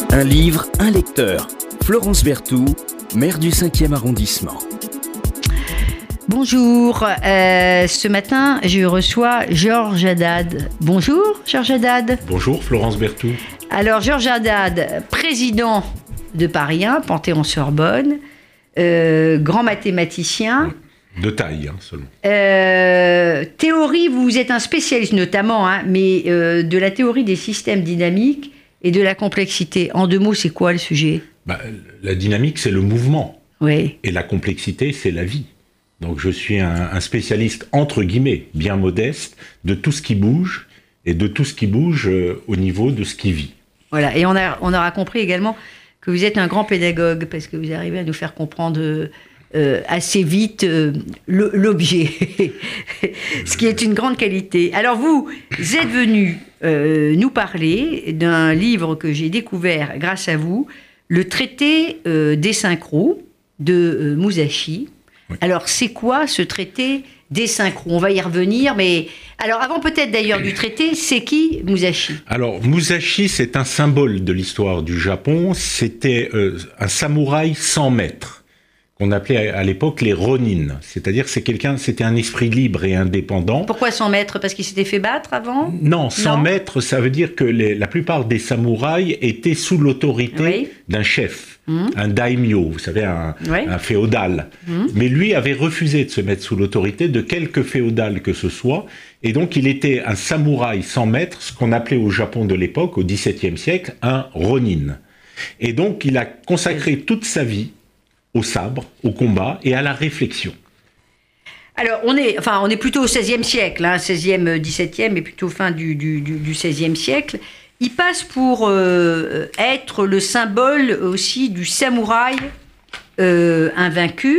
Un livre, un lecteur. Florence Berthoud, maire du 5e arrondissement. Bonjour, ce matin je reçois Georges Haddad. Bonjour Georges Haddad. Bonjour Florence Berthoud. Alors Georges Haddad, président de Paris 1, Panthéon-Sorbonne, grand mathématicien. De taille seulement. Théorie, vous êtes un spécialiste notamment, mais de la théorie des systèmes dynamiques et de la complexité. En 2 mots, c'est quoi le sujet ? La dynamique, c'est le mouvement. Oui. Et la complexité, c'est la vie. Donc je suis un spécialiste, entre guillemets, bien modeste, de tout ce qui bouge, et de tout ce qui bouge au niveau de ce qui vit. Voilà, et on aura compris également que vous êtes un grand pédagogue, parce que vous arrivez à nous faire comprendre assez vite l'objet, ce qui est une grande qualité. Alors vous êtes venu nous parler d'un livre que j'ai découvert grâce à vous, le traité des synchros de Musashi. Oui. Alors c'est quoi ce traité des synchros ? On va y revenir, mais alors avant peut-être d'ailleurs du traité, c'est qui Musashi ? Alors Musashi, c'est un symbole de l'histoire du Japon. C'était un samouraï sans maître, qu'on appelait à l'époque les Ronin, c'est-à-dire c'était un esprit libre et indépendant. Pourquoi sans maître ? Parce qu'il s'était fait battre avant ? Non, sans maître, ça veut dire que la plupart des samouraïs étaient sous l'autorité d'un chef, un daimyo, vous savez, un féodal. Mais lui avait refusé de se mettre sous l'autorité de quelque féodal que ce soit, et donc il était un samouraï sans maître, ce qu'on appelait au Japon de l'époque, au XVIIe siècle, un Ronin. Et donc il a consacré toute sa vie au sabre, au combat et à la réflexion. Alors, on est plutôt au XVIe siècle, 16e, 17e, et plutôt fin du XVIe siècle. Il passe pour être le symbole aussi du samouraï invaincu.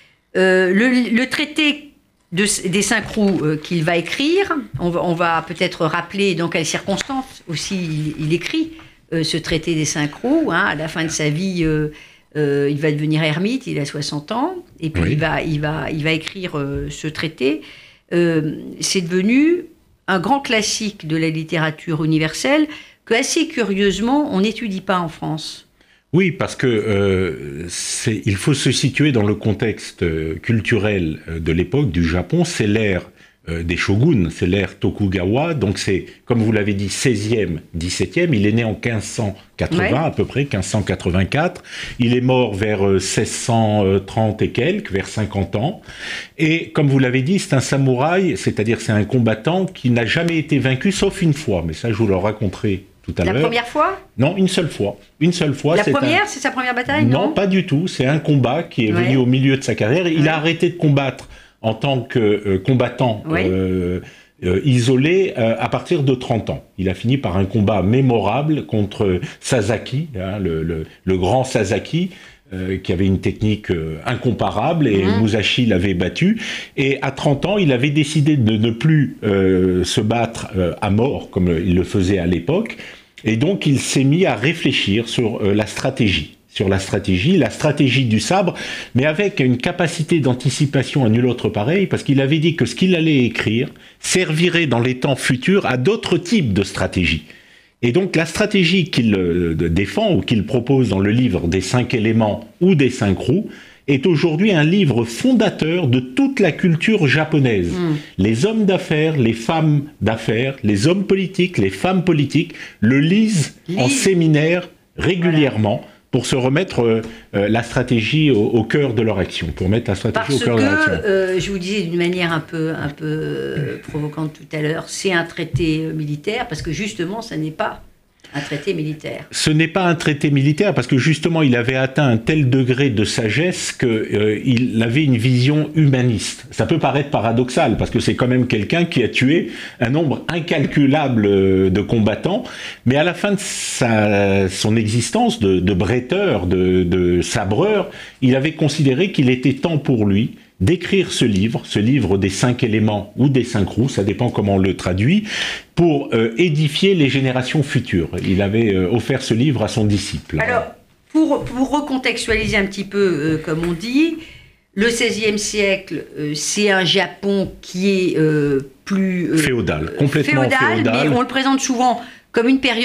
Le traité des synchros qu'il va écrire, on va peut-être rappeler dans quelles circonstances aussi il écrit ce traité des synchros, à la fin de sa vie. Il va devenir ermite, il a 60 ans, et puis il va écrire ce traité. C'est devenu un grand classique de la littérature universelle que, assez curieusement, on n'étudie pas en France. Oui, parce que il faut se situer dans le contexte culturel de l'époque du Japon. C'est l'ère des shoguns, c'est l'ère Tokugawa, donc c'est, comme vous l'avez dit, 16e, 17e, il est né en 1580 à peu près, 1584, il est mort vers 1630 et quelques, vers 50 ans, et comme vous l'avez dit, c'est un samouraï, c'est-à-dire c'est un combattant qui n'a jamais été vaincu, sauf une fois, mais ça je vous le raconterai tout à l'heure. La première fois ? Non, une seule fois. C'est sa première bataille ? Non, pas du tout, c'est un combat qui est venu au milieu de sa carrière, il a arrêté de combattre en tant que combattant isolé à partir de 30 ans. Il a fini par un combat mémorable contre Sasaki, le grand Sasaki, qui avait une technique incomparable, et Musashi l'avait battu. Et à 30 ans, il avait décidé de ne plus se battre à mort, comme il le faisait à l'époque. Et donc, il s'est mis à réfléchir sur la stratégie du sabre, mais avec une capacité d'anticipation à nul autre pareil, parce qu'il avait dit que ce qu'il allait écrire servirait dans les temps futurs à d'autres types de stratégies. Et donc la stratégie qu'il défend ou qu'il propose dans le livre des 5 éléments ou des 5 roues est aujourd'hui un livre fondateur de toute la culture japonaise. Les hommes d'affaires, les femmes d'affaires, les hommes politiques, les femmes politiques le lisent en séminaire régulièrement. Pour se remettre la stratégie au cœur de leur action, pour mettre la stratégie au cœur de leur action. Je vous disais d'une manière un peu provocante tout à l'heure, c'est un traité militaire, parce que justement, ça n'est pas un traité militaire. Ce n'est pas un traité militaire, parce que justement, il avait atteint un tel degré de sagesse qu'il avait une vision humaniste. Ça peut paraître paradoxal, parce que c'est quand même quelqu'un qui a tué un nombre incalculable de combattants, mais à la fin de son existence de bretteur, de sabreur, il avait considéré qu'il était temps pour lui d'écrire ce livre des 5 éléments ou des 5 roues, ça dépend comment on le traduit, pour édifier les générations futures. Il avait offert ce livre à son disciple. Alors, pour recontextualiser un petit peu, comme on dit, le XVIe siècle, c'est un Japon qui est plus... féodal, complètement féodal. Mais on le présente souvent comme une période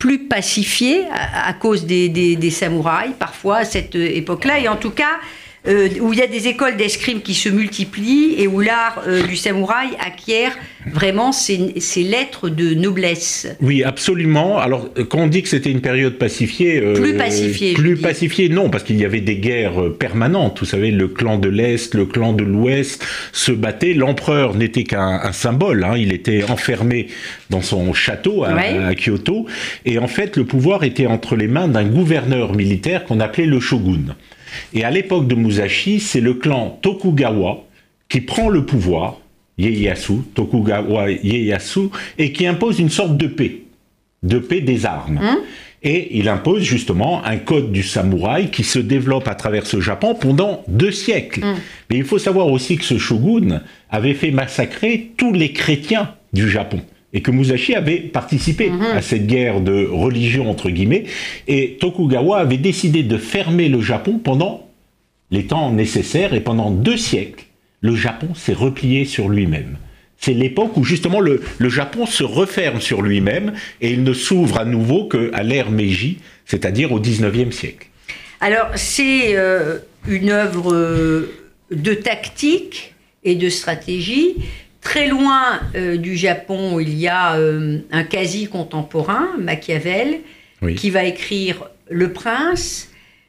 plus pacifié à cause des samouraïs, parfois, à cette époque-là. Et en tout cas, où il y a des écoles d'escrime qui se multiplient et où l'art du samouraï acquiert vraiment ses lettres de noblesse. Oui, absolument. Alors, quand on dit que c'était une période pacifiée... Plus pacifiée, non, parce qu'il y avait des guerres permanentes. Vous savez, le clan de l'Est, le clan de l'Ouest se battaient. L'empereur n'était qu'un symbole. Hein. Il était enfermé dans son château à Kyoto. Et en fait, le pouvoir était entre les mains d'un gouverneur militaire qu'on appelait le shogun. Et à l'époque de Musashi, c'est le clan Tokugawa qui prend le pouvoir, Tokugawa Ieyasu, et qui impose une sorte de paix des armes. Et il impose justement un code du samouraï qui se développe à travers ce Japon pendant 2 siècles. Mais il faut savoir aussi que ce shogun avait fait massacrer tous les chrétiens du Japon. Et que Musashi avait participé à cette guerre de religion, entre guillemets, et Tokugawa avait décidé de fermer le Japon pendant les temps nécessaires, et pendant 2 siècles, le Japon s'est replié sur lui-même. C'est l'époque où justement le Japon se referme sur lui-même, et il ne s'ouvre à nouveau qu'à l'ère Meiji, c'est-à-dire au 19e siècle. Alors, c'est une œuvre de tactique et de stratégie. Très loin du Japon, il y a un quasi-contemporain, Machiavel, qui va écrire Le Prince.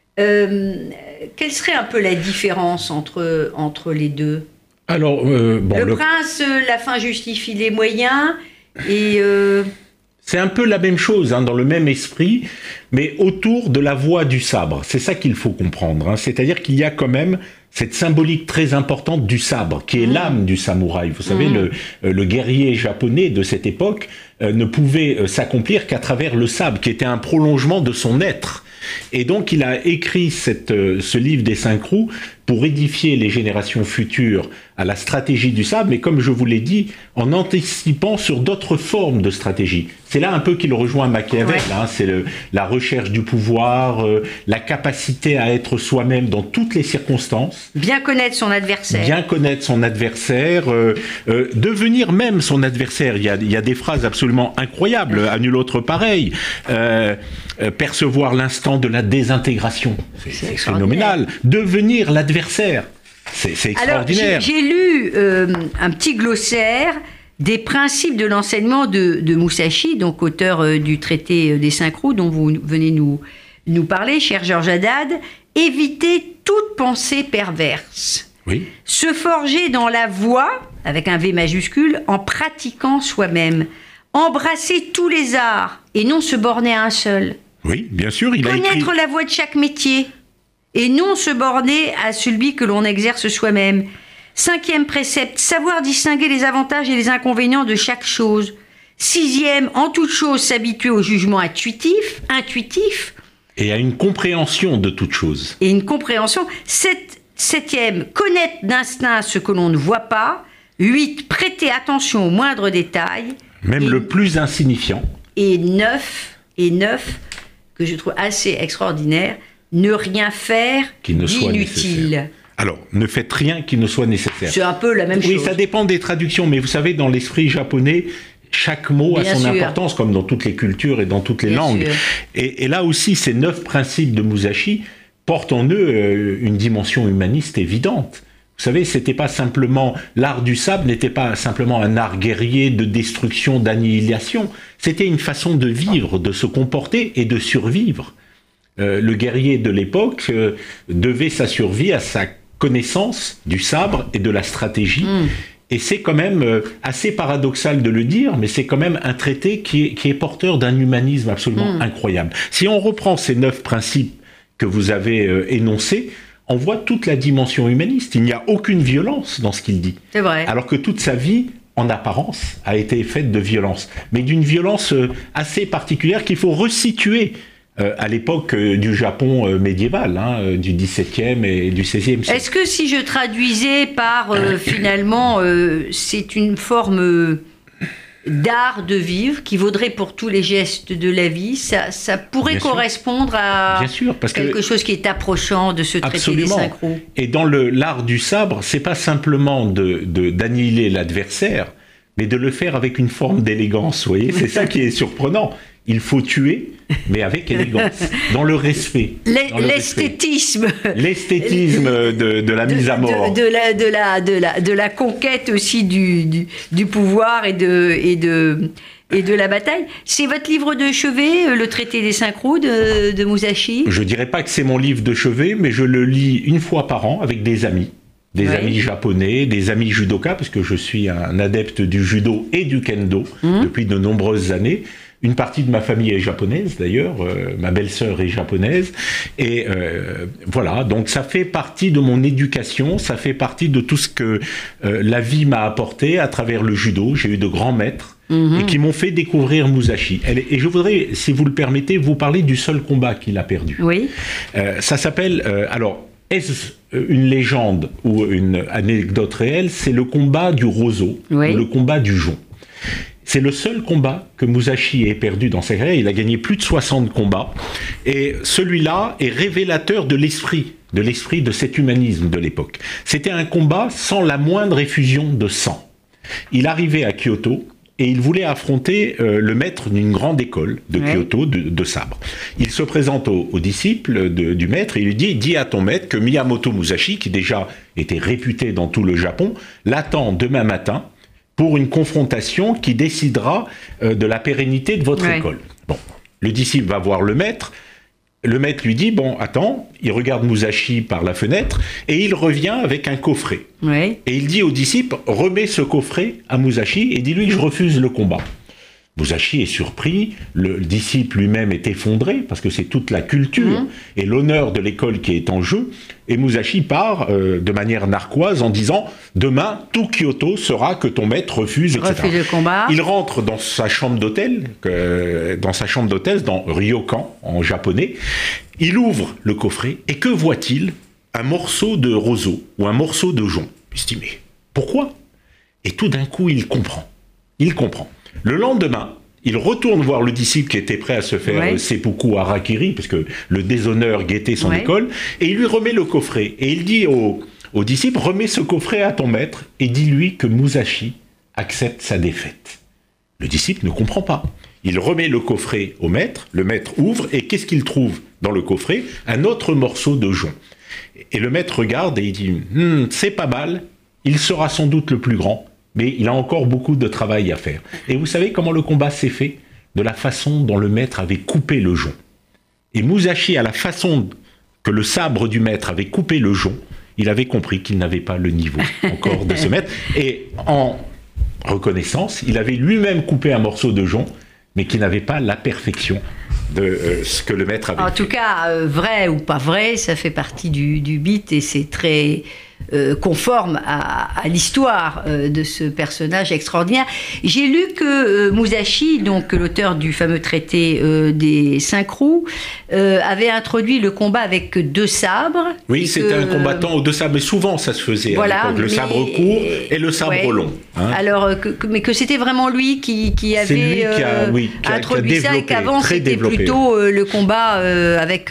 Quelle serait un peu la différence entre les deux ? Alors, le Prince, la fin justifie les moyens, et... C'est un peu la même chose, hein, dans le même esprit, mais autour de la voie du sabre. C'est ça qu'il faut comprendre. Hein. C'est-à-dire qu'il y a quand même cette symbolique très importante du sabre, qui est l'âme du samouraï. Vous savez, le guerrier japonais de cette époque ne pouvait s'accomplir qu'à travers le sabre, qui était un prolongement de son être. Et donc, il a écrit ce livre des 5 roues pour édifier les générations futures à la stratégie du sabre, mais comme je vous l'ai dit, en anticipant sur d'autres formes de stratégie. C'est là un peu qu'il rejoint Machiavel, hein, c'est la recherche du pouvoir, la capacité à être soi-même dans toutes les circonstances. Bien connaître son adversaire. Bien connaître son adversaire, devenir même son adversaire. Il y a des phrases absolument incroyables, à nul autre pareil. Percevoir l'instant de la désintégration, c'est phénoménal. Devenir l'adversaire, c'est extraordinaire. Alors, j'ai lu un petit glossaire des principes de l'enseignement de Musashi, donc auteur du traité des 5 roues dont vous venez nous parler, cher Georges Haddad. Éviter toute pensée perverse. Oui. Se forger dans la voie, avec un V majuscule, en pratiquant soi-même. Embrasser tous les arts et non se borner à un seul. Oui, bien sûr, il a écrit... Connaître la voie de chaque métier et non se borner à celui que l'on exerce soi-même. 5e précepte, savoir distinguer les avantages et les inconvénients de chaque chose. 6e, en toute chose, s'habituer au jugement intuitif. Et à une compréhension de toute chose. Et une compréhension. 7e, connaître d'instinct ce que l'on ne voit pas. 8, prêter attention aux moindres détails. Même le plus insignifiant. Et 9, que je trouve assez extraordinaire, ne rien faire d'inutile. Alors, ne faites rien qui ne soit nécessaire. C'est un peu la même chose. Oui, ça dépend des traductions, mais vous savez, dans l'esprit japonais, chaque mot a son importance, comme dans toutes les cultures et dans toutes les langues. Et là aussi, ces 9 principes de Musashi portent en eux une dimension humaniste évidente. Vous savez, c'était pas simplement l'art du sabre n'était pas simplement un art guerrier de destruction, d'annihilation. C'était une façon de vivre, de se comporter et de survivre. Le guerrier de l'époque devait sa survie à sa connaissance du sabre et de la stratégie. Et c'est quand même assez paradoxal de le dire, mais c'est quand même un traité qui est porteur d'un humanisme absolument incroyable. Si on reprend ces 9 principes que vous avez énoncés, on voit toute la dimension humaniste. Il n'y a aucune violence dans ce qu'il dit. C'est vrai. Alors que toute sa vie, en apparence, a été faite de violence. Mais d'une violence assez particulière qu'il faut resituer à l'époque du Japon médiéval, hein, du XVIIe et du XVIe siècle. Est-ce que si je traduisais par, finalement, c'est une forme d'art de vivre qui vaudrait pour tous les gestes de la vie, ça pourrait correspondre à quelque chose qui est approchant de ce traité des 5 roues. Et dans l'art du sabre, c'est pas simplement d'annihiler l'adversaire, mais de le faire avec une forme d'élégance, vous voyez, c'est ça qui est surprenant. il faut tuer, mais avec élégance, dans le respect. L'esthétisme. L'esthétisme de la mise à mort. De la conquête aussi du pouvoir et de la bataille. C'est votre livre de chevet, Le traité des 5 roues de Musashi? Je dirais pas que c'est mon livre de chevet, mais je le lis une fois par an avec des amis. Des amis japonais, des amis judokas, parce que je suis un adepte du judo et du kendo depuis de nombreuses années. Une partie de ma famille est japonaise d'ailleurs, ma belle-sœur est japonaise. Et voilà, donc ça fait partie de mon éducation, ça fait partie de tout ce que la vie m'a apporté à travers le judo. J'ai eu de grands maîtres et qui m'ont fait découvrir Musashi. Et je voudrais, si vous le permettez, vous parler du seul combat qu'il a perdu. Oui. Ça s'appelle... alors, est-ce une légende ou une anecdote réelle? C'est le combat du roseau, ou le combat du jonc. C'est le seul combat que Musashi ait perdu dans sa carrière. Il a gagné plus de 60 combats. Et celui-là est révélateur de l'esprit de cet humanisme de l'époque. C'était un combat sans la moindre effusion de sang. Il arrivait à Kyoto et il voulait affronter le maître d'une grande école de Kyoto de sabre. Il se présente au disciple du maître et il lui dit « Dis à ton maître que Miyamoto Musashi, qui déjà était réputé dans tout le Japon, l'attend demain matin pour une confrontation qui décidera de la pérennité de votre école. » Bon, le disciple va voir le maître lui dit « Bon, attends », il regarde Musashi par la fenêtre, et il revient avec un coffret. Et il dit au disciple « Remets ce coffret à Musashi et dis-lui que je refuse le combat ». Musashi est surpris, le disciple lui-même est effondré, parce que c'est toute la culture et l'honneur de l'école qui est en jeu, et Musashi part de manière narquoise en disant « Demain, tout Kyoto saura que ton maître refuse, etc. » Refuse le combat. Il rentre dans sa chambre d'hôtel, dans Ryokan, en japonais, il ouvre le coffret, et que voit-il? Un morceau de roseau, ou un morceau de jonc. Il se dit « Mais pourquoi ?» Et tout d'un coup, il comprend. Il comprend. Le lendemain, il retourne voir le disciple qui était prêt à se faire seppuku harakiri, parce que le déshonneur guettait son école, et il lui remet le coffret. Et il dit au disciple, remets ce coffret à ton maître et dis-lui que Musashi accepte sa défaite. Le disciple ne comprend pas. Il remet le coffret au maître, le maître ouvre, et qu'est-ce qu'il trouve dans le coffret? Un autre morceau de jonc. Et le maître regarde et il dit, c'est pas mal, il sera sans doute le plus grand, mais il a encore beaucoup de travail à faire. Et vous savez comment le combat s'est fait? De la façon dont le maître avait coupé le jonc. Et Musashi, à la façon que le sabre du maître avait coupé le jonc, il avait compris qu'il n'avait pas le niveau encore de ce maître. Et en reconnaissance, il avait lui-même coupé un morceau de jonc, mais qui n'avait pas la perfection de ce que le maître avait fait. En tout cas, vrai ou pas vrai, ça fait partie du beat et c'est très conforme à l'histoire de ce personnage extraordinaire. J'ai lu que Musashi, donc l'auteur du fameux traité des 5 roues, avait introduit le combat avec 2 sabres. Oui, c'était un combattant aux 2 sabres, mais souvent ça se faisait à l'époque, le sabre court et le sabre long. Hein. Alors, mais que c'était vraiment lui qui avait introduit ça et qu'avant c'était plutôt le combat avec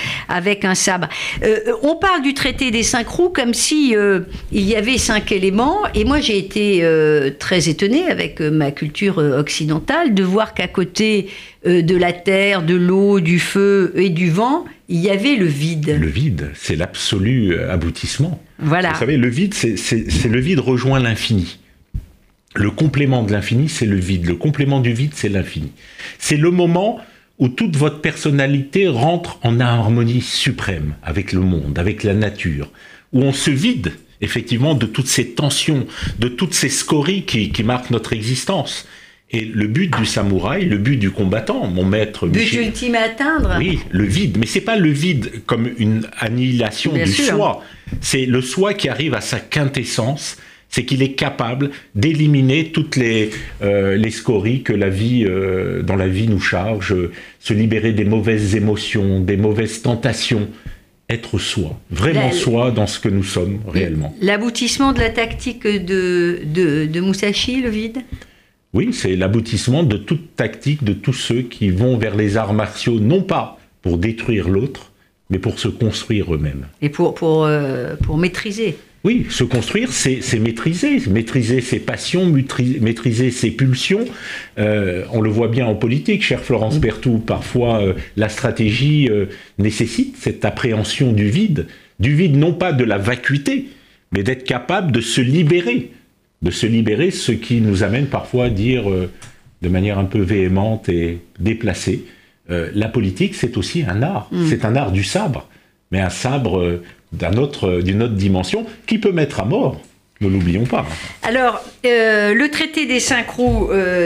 un sabre. On parle du traité des 5 roues comme si il y avait 5 éléments, et moi j'ai été très étonnée avec ma culture occidentale de voir qu'à côté de la terre, de l'eau, du feu et du vent, il y avait le vide. Le vide, c'est l'absolu aboutissement. Voilà. Vous savez, le vide, c'est le vide rejoint l'infini. Le complément de l'infini, c'est le vide. Le complément du vide, c'est l'infini. C'est le moment où toute votre personnalité rentre en harmonie suprême avec le monde, avec la nature, où on se vide effectivement de toutes ces tensions, de toutes ces scories qui marquent notre existence. Et le but du samouraï, le but du combattant, mon maître... But ultime à atteindre. Oui, le vide. Mais c'est pas le vide comme une annihilation du soi. C'est le soi qui arrive à sa quintessence. C'est qu'il est capable d'éliminer toutes les scories que la vie, dans la vie nous charge, se libérer des mauvaises émotions, des mauvaises tentations, être soi, vraiment soi dans ce que nous sommes réellement. L'aboutissement de la tactique de Musashi, le vide? Oui, c'est l'aboutissement de toute tactique de tous ceux qui vont vers les arts martiaux, non pas pour détruire l'autre, mais pour se construire eux-mêmes. Et pour maîtriser. Oui, se construire, c'est maîtriser ses passions, maîtriser ses pulsions. On le voit bien en politique, chère Florence Berthoud, parfois la stratégie nécessite cette appréhension du vide non pas de la vacuité, mais d'être capable de se libérer, ce qui nous amène parfois à dire de manière un peu véhémente et déplacée, la politique c'est aussi un art, c'est un art du sabre, mais un sabre d'une autre dimension, qui peut mettre à mort, ne l'oublions pas. Alors, le traité des synchros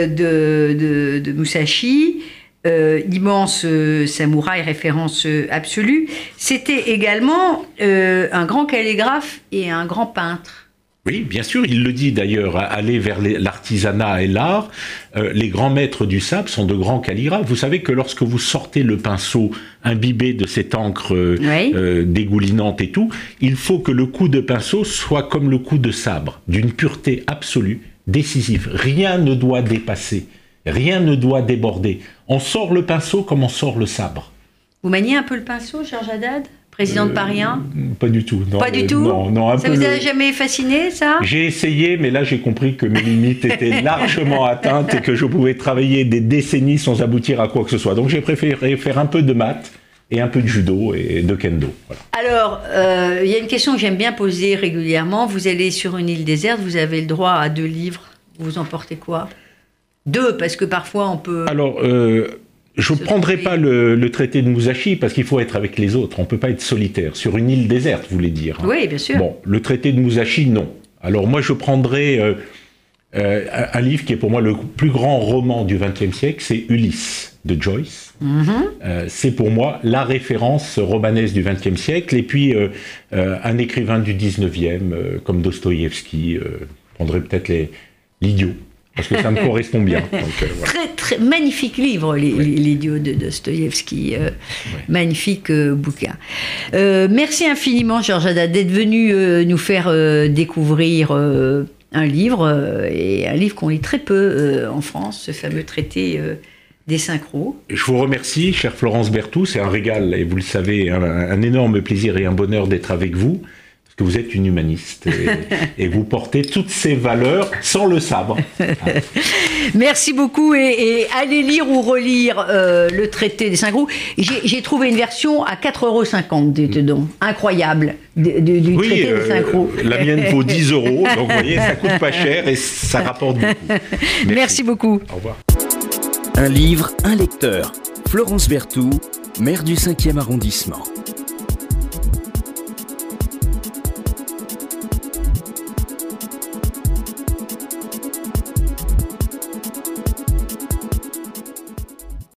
de Musashi, immense samouraï, référence absolue, c'était également un grand calligraphe et un grand peintre. Oui, bien sûr, il le dit d'ailleurs, aller vers l'artisanat et l'art. Les grands maîtres du sabre sont de grands calligraphes. Vous savez que lorsque vous sortez le pinceau imbibé de cette encre dégoulinante et tout, il faut que le coup de pinceau soit comme le coup de sabre, d'une pureté absolue, décisive. Rien ne doit dépasser, rien ne doit déborder. On sort le pinceau comme on sort le sabre. Vous maniez un peu le pinceau, Georges Haddad ? Président de Paris 1 ? Pas du tout. Non, pas du tout. Non, ça vous a jamais fasciné, ça ? J'ai essayé, mais là j'ai compris que mes limites étaient largement atteintes et que je pouvais travailler des décennies sans aboutir à quoi que ce soit. Donc j'ai préféré faire un peu de maths et un peu de judo et de kendo. Voilà. Alors, il y a une question que j'aime bien poser régulièrement. Vous allez sur une île déserte, vous avez le droit à 2 livres. Vous emportez quoi ? 2, parce que parfois on peut... Alors... je ne prendrai pas le traité de Musashi parce qu'il faut être avec les autres. On ne peut pas être solitaire. Sur une île déserte, vous voulez dire. Oui, bien sûr. Bon, le traité de Musashi, non. Alors moi, je prendrai un livre qui est pour moi le plus grand roman du XXe siècle, c'est Ulysse de Joyce. C'est pour moi la référence romanesque du XXe siècle. Et puis, un écrivain du XIXe, comme Dostoïevski, je prendrai peut-être l'Idiot. Parce que ça me correspond bien. Donc, voilà. Très magnifique livre, l'Idiot de Dostoïevski. Magnifique bouquin. Merci infiniment, Georges Haddad, d'être venu nous faire découvrir un livre, et un livre qu'on lit très peu en France, ce fameux traité des synchros. Je vous remercie, chère Florence Berthoud. C'est un régal, et vous le savez, un énorme plaisir et un bonheur d'être avec vous. Que vous êtes une humaniste et vous portez toutes ces valeurs sans le sabre. Merci beaucoup et allez lire ou relire le traité des synchros. J'ai trouvé une version à 4,50 € dedans. Incroyable du traité des synchros. La mienne vaut 10 €, donc vous voyez, ça coûte pas cher et ça rapporte beaucoup. Merci beaucoup. Au revoir. Un livre, un lecteur. Florence Berthoud, maire du 5e arrondissement.